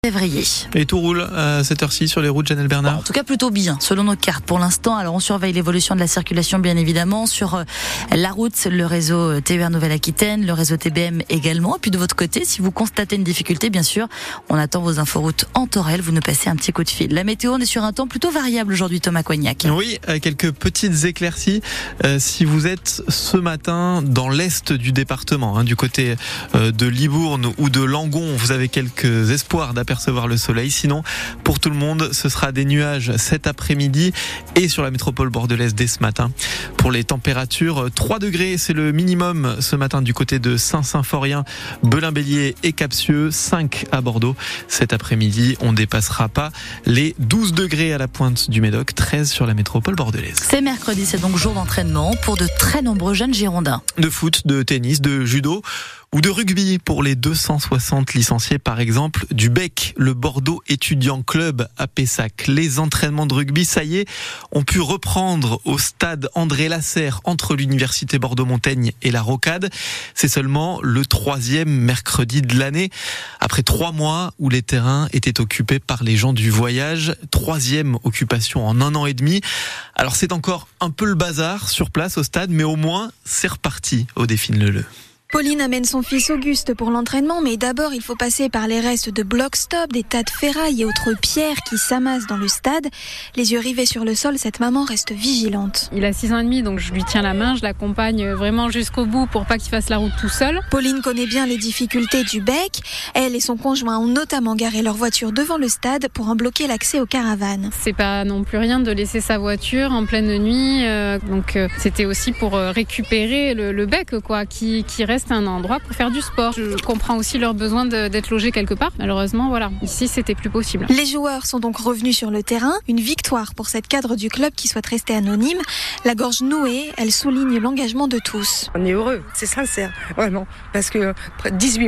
Février. Et tout roule à cette heure-ci sur les routes, Janelle Bernard? En tout cas, plutôt bien, selon nos cartes pour l'instant. Alors, on surveille l'évolution de la circulation, bien évidemment, sur la route, le réseau TER Nouvelle-Aquitaine, le réseau TBM également. Et puis, de votre côté, si vous constatez une difficulté, bien sûr, on attend vos inforoutes en temps réel. Vous nous passez un petit coup de fil. La météo, on est sur un temps plutôt variable aujourd'hui, Thomas Coignac. Oui, quelques petites éclaircies. Si vous êtes ce matin dans l'est du département, du côté de Libourne ou de Langon, vous avez quelques espoirs d'apercevoir le soleil. Sinon, pour tout le monde, ce sera des nuages cet après-midi et sur la métropole bordelaise dès ce matin. Pour les températures, 3 degrés, c'est le minimum ce matin du côté de Saint-Symphorien, Belin-Bélier et Capsieux, 5 à Bordeaux. Cet après-midi, on ne dépassera pas les 12 degrés à la pointe du Médoc, 13 sur la métropole bordelaise. C'est mercredi, c'est donc jour d'entraînement pour de très nombreux jeunes Girondins. De foot, de tennis, de judo ou de rugby pour les 260 licenciés par exemple du BEC, le Bordeaux Étudiant Club à Pessac. Les entraînements de rugby, ça y est, ont pu reprendre au stade André Lasserre entre l'université Bordeaux-Montaigne et la Rocade. C'est seulement le 3e mercredi de l'année, après 3 mois où les terrains étaient occupés par les gens du voyage. 3e occupation en 1 an et demi. Alors c'est encore un peu le bazar sur place au stade, mais au moins c'est reparti au Défine-le-le. Pauline amène son fils Auguste pour l'entraînement, mais d'abord il faut passer par les restes de bloc-stop, des tas de ferrailles et autres pierres qui s'amassent dans le stade. Les yeux rivés sur le sol, cette maman reste vigilante. Il a 6 ans et demi, donc je lui tiens la main, je l'accompagne vraiment jusqu'au bout pour pas qu'il fasse la route tout seul. Pauline connaît bien les difficultés du BEC. Elle et son conjoint ont notamment garé leur voiture devant le stade pour en bloquer l'accès aux caravanes. C'est pas non plus rien de laisser sa voiture en pleine nuit, donc c'était aussi pour récupérer le BEC, quoi, qui reste un endroit pour faire du sport. Je comprends aussi leur besoin d'être logés quelque part. Malheureusement, voilà, ici c'était plus possible. Les joueurs sont donc revenus sur le terrain. Une victoire pour cette cadre du club qui souhaite rester anonyme. La gorge nouée, elle souligne l'engagement de tous. On est heureux, c'est sincère, vraiment, parce que 18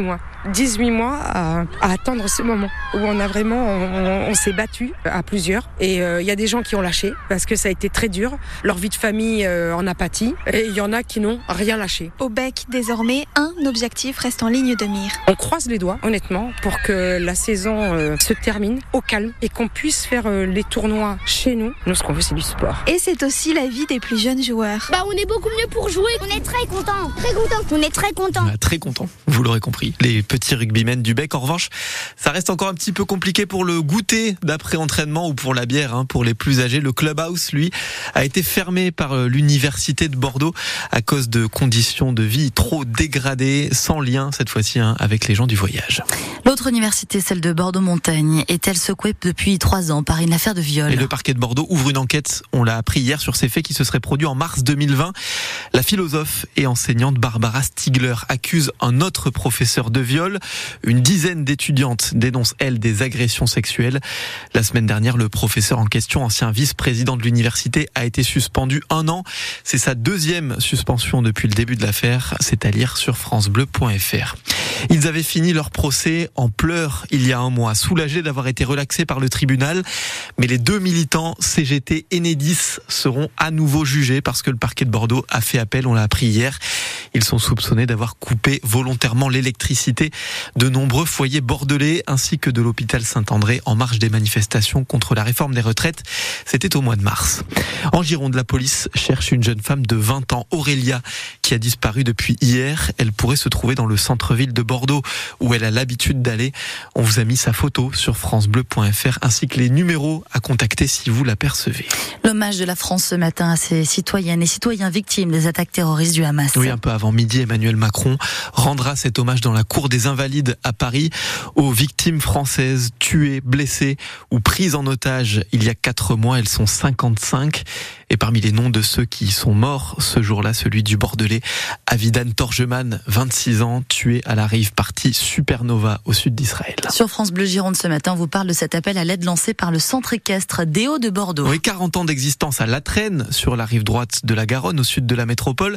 mois à attendre ce moment où on a vraiment, on s'est battu à plusieurs et il y a des gens qui ont lâché parce que ça a été très dur. Leur vie de famille en a pâti et il y en a qui n'ont rien lâché. Au BEC, désormais, un objectif reste en ligne de mire. On croise les doigts, honnêtement, pour que la saison se termine au calme et qu'on puisse faire les tournois chez nous. Nous, ce qu'on veut, c'est du sport. Et c'est aussi la vie des plus jeunes joueurs. On est beaucoup mieux pour jouer. On est très contents. On est très contents. Très contents, vous l'aurez compris. Les petits rugbymen du BEC, en revanche, ça reste encore un petit peu compliqué pour le goûter d'après-entraînement ou pour la bière, pour les plus âgés. Le clubhouse, lui, a été fermé par l'université de Bordeaux à cause de conditions de vie trop dégradées, sans lien cette fois-ci avec les gens du voyage. L'autre université, celle de Bordeaux-Montaigne, est-elle secouée depuis 3 ans par une affaire de viol? Et le parquet de Bordeaux ouvre une enquête, on l'a appris hier, sur ces faits qui se seraient produits en mars 2020. La philosophe et enseignante Barbara Stiegler accuse un autre professeur de viol. Une dizaine d'étudiantes dénoncent, elles, des agressions sexuelles. La semaine dernière, le professeur en question, ancien vice-président de l'université, a été suspendu 1 an. C'est sa 2e suspension depuis le début de l'affaire. C'est à lire sur francebleu.fr. Ils avaient fini leur procès en pleurs il y a 1 mois, soulagés d'avoir été relaxés par le tribunal. Mais les 2 militants CGT Enedis seront à nouveau jugés parce que le parquet de Bordeaux a fait appel, on l'a appris hier. Ils sont soupçonnés d'avoir coupé volontairement l'électricité de nombreux foyers bordelais ainsi que de l'hôpital Saint-André en marge des manifestations contre la réforme des retraites. C'était au mois de mars. En Gironde, la police cherche une jeune femme de 20 ans, Aurélia, qui a disparu depuis hier. Elle pourrait se trouver dans le centre-ville de Bordeaux où elle a l'habitude d'aller. On vous a mis sa photo sur francebleu.fr ainsi que les numéros à contacter si vous l'apercevez. L'hommage de la France ce matin à ses citoyennes et citoyens victimes des attaques terroristes du Hamas. Oui, un peu avant midi, Emmanuel Macron rendra cet hommage dans la cour des Invalides à Paris aux victimes françaises tuées, blessées ou prises en otage il y a 4 mois. Elles sont 55. Et parmi les noms de ceux qui sont morts ce jour-là, celui du Bordelais Avidan Torgeman, 26 ans, tué à la rive partie Supernova au sud d'Israël. Sur France Bleu Gironde ce matin, on vous parle de cet appel à l'aide lancé par le centre équestre des Hauts de Bordeaux. Oui, 40 ans d'existence à La Traîne, sur la rive droite de la Garonne, au sud de la métropole.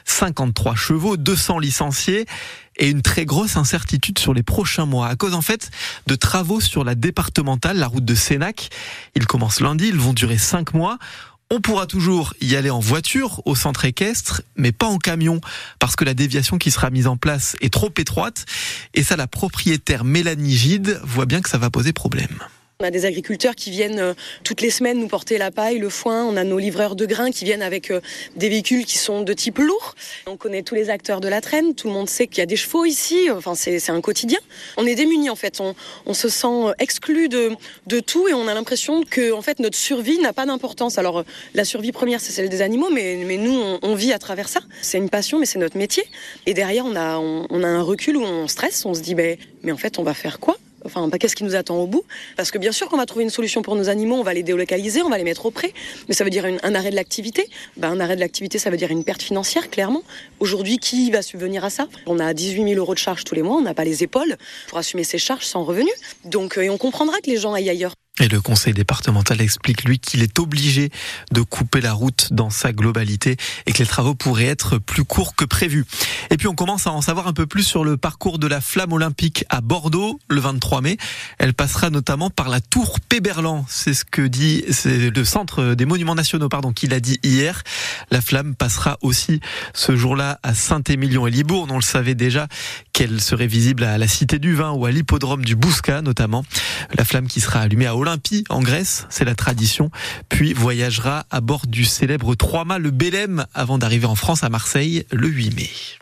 53 chevaux, 200 licenciés et une très grosse incertitude sur les prochains mois à cause en fait de travaux sur la départementale, la route de Sénac. Ils commencent lundi, ils vont durer 5 mois. On pourra toujours y aller en voiture au centre équestre, mais pas en camion, parce que la déviation qui sera mise en place est trop étroite. Et ça, la propriétaire Mélanie Gide voit bien que ça va poser problème. On a des agriculteurs qui viennent toutes les semaines nous porter la paille, le foin. On a nos livreurs de grains qui viennent avec des véhicules qui sont de type lourd. On connaît tous les acteurs de la traîne. Tout le monde sait qu'il y a des chevaux ici. Enfin, c'est un quotidien. On est démunis en fait. On se sent exclu de tout et on a l'impression que en fait notre survie n'a pas d'importance. Alors la survie première c'est celle des animaux, mais nous on vit à travers ça. C'est une passion, mais c'est notre métier. Et derrière on a un recul où on stresse. On se dit mais en fait on va faire quoi ? Enfin, qu'est-ce qui nous attend au bout ? Parce que bien sûr qu'on va trouver une solution pour nos animaux, on va les délocaliser, on va les mettre au pré, mais ça veut dire un arrêt de l'activité. Un arrêt de l'activité, ça veut dire une perte financière, clairement. Aujourd'hui, qui va subvenir à ça ? On a 18 000 € de charges tous les mois, on n'a pas les épaules pour assumer ces charges sans revenu. Donc, et on comprendra que les gens aillent ailleurs. Et le conseil départemental explique, lui, qu'il est obligé de couper la route dans sa globalité et que les travaux pourraient être plus courts que prévu. Et puis on commence à en savoir un peu plus sur le parcours de la flamme olympique à Bordeaux le 23 mai. Elle passera notamment par la tour Péberlan. C'est le centre des monuments nationaux, qui l'a dit hier. La flamme passera aussi ce jour-là à Saint-Émilion-et-Libourne. On le savait déjà qu'elle serait visible à la Cité du Vin ou à l'hippodrome du Bouscat notamment. La flamme qui sera allumée à Olympie en Grèce, c'est la tradition, puis voyagera à bord du célèbre trois-mâts le Belém avant d'arriver en France à Marseille le 8 mai.